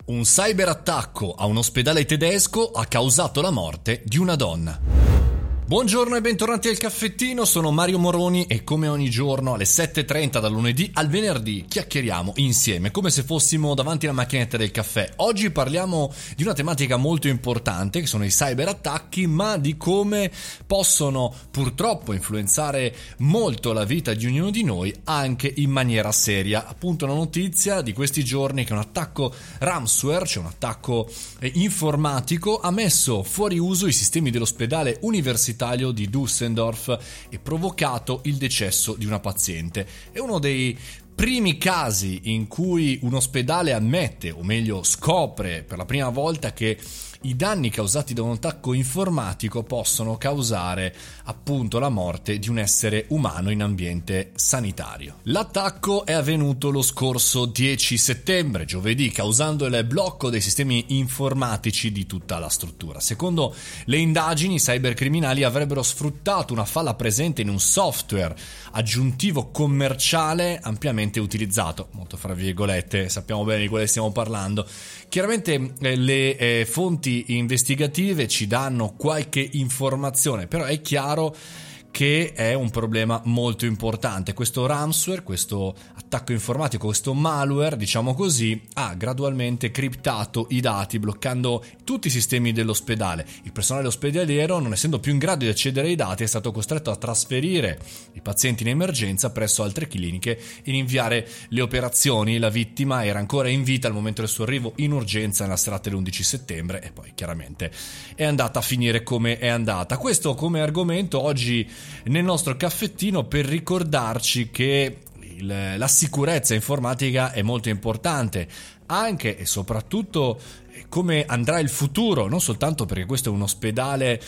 Un cyberattacco a un ospedale tedesco ha causato la morte di una donna. Buongiorno e bentornati al caffettino, sono Mario Moroni e come ogni giorno alle 7:30 dal lunedì al venerdì chiacchieriamo insieme come se fossimo davanti alla macchinetta del caffè. Oggi parliamo di una tematica molto importante che sono i cyberattacchi, ma di come possono purtroppo influenzare molto la vita di ognuno di noi anche in maniera seria. Appunto una notizia di questi giorni che un attacco ransomware, cioè un attacco informatico, ha messo fuori uso i sistemi dell'ospedale universitario di Düsseldorf e provocato il decesso di una paziente. È uno dei primi casi in cui un ospedale ammette, o meglio scopre per la prima volta, che i danni causati da un attacco informatico possono causare appunto la morte di un essere umano in ambiente sanitario. L'attacco è avvenuto lo scorso 10 settembre, giovedì, causando il blocco dei sistemi informatici di tutta la struttura. Secondo le indagini, i cybercriminali avrebbero sfruttato una falla presente in un software aggiuntivo commerciale ampiamente utilizzato, molto fra virgolette, sappiamo bene di quale stiamo parlando. Chiaramente le fonti investigative ci danno qualche informazione, però è chiaro che è un problema molto importante. Questo ransomware, questo attacco informatico, questo malware, diciamo così, ha gradualmente criptato i dati, bloccando tutti i sistemi dell'ospedale. Il personale ospedaliero, non essendo più in grado di accedere ai dati, è stato costretto a trasferire i pazienti in emergenza presso altre cliniche e inviare le operazioni. La vittima era ancora in vita al momento del suo arrivo in urgenza nella serata dell'11 settembre e poi chiaramente è andata a finire come è andata. Questo come argomento oggi nel nostro caffettino, per ricordarci che la sicurezza informatica è molto importante, anche e soprattutto come andrà il futuro, non soltanto perché questo è un ospedale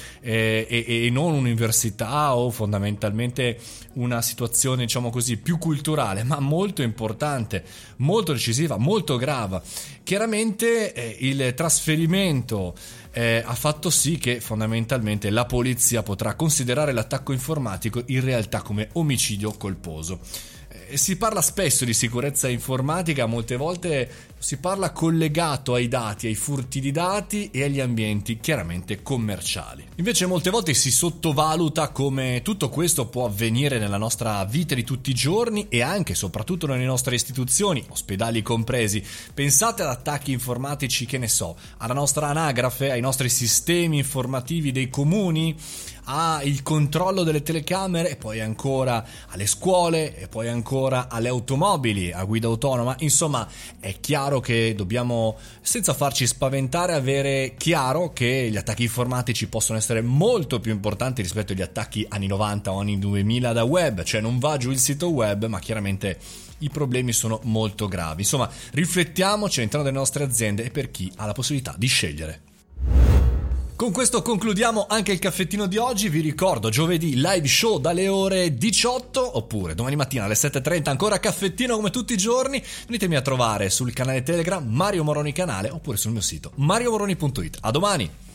e non un'università o fondamentalmente una situazione, diciamo così, più culturale, ma molto importante, molto decisiva, molto grave. Chiaramente il trasferimento ha fatto sì che fondamentalmente la polizia potrà considerare l'attacco informatico in realtà come omicidio colposo. Si parla spesso di sicurezza informatica, molte volte si parla collegato ai dati, ai furti di dati e agli ambienti chiaramente commerciali. Invece molte volte si sottovaluta come tutto questo può avvenire nella nostra vita di tutti i giorni e anche e soprattutto nelle nostre istituzioni, ospedali compresi. Pensate ad attacchi informatici, che ne so, alla nostra anagrafe, ai nostri sistemi informativi dei comuni, al controllo delle telecamere e poi ancora alle scuole e poi ancora alle automobili a guida autonoma. Insomma, è chiaro che dobbiamo, senza farci spaventare, avere chiaro che gli attacchi informatici possono essere molto più importanti rispetto agli attacchi anni 90 o anni 2000 da web, cioè non va giù il sito web, ma chiaramente i problemi sono molto gravi. Insomma, riflettiamoci all'interno delle nostre aziende e per chi ha la possibilità di scegliere. Con questo concludiamo anche il caffettino di oggi. Vi ricordo, giovedì live show dalle ore 18, oppure domani mattina alle 7:30 ancora caffettino come tutti i giorni. Venitemi a trovare sul canale Telegram Mario Moroni Canale, oppure sul mio sito mariomoroni.it. A domani!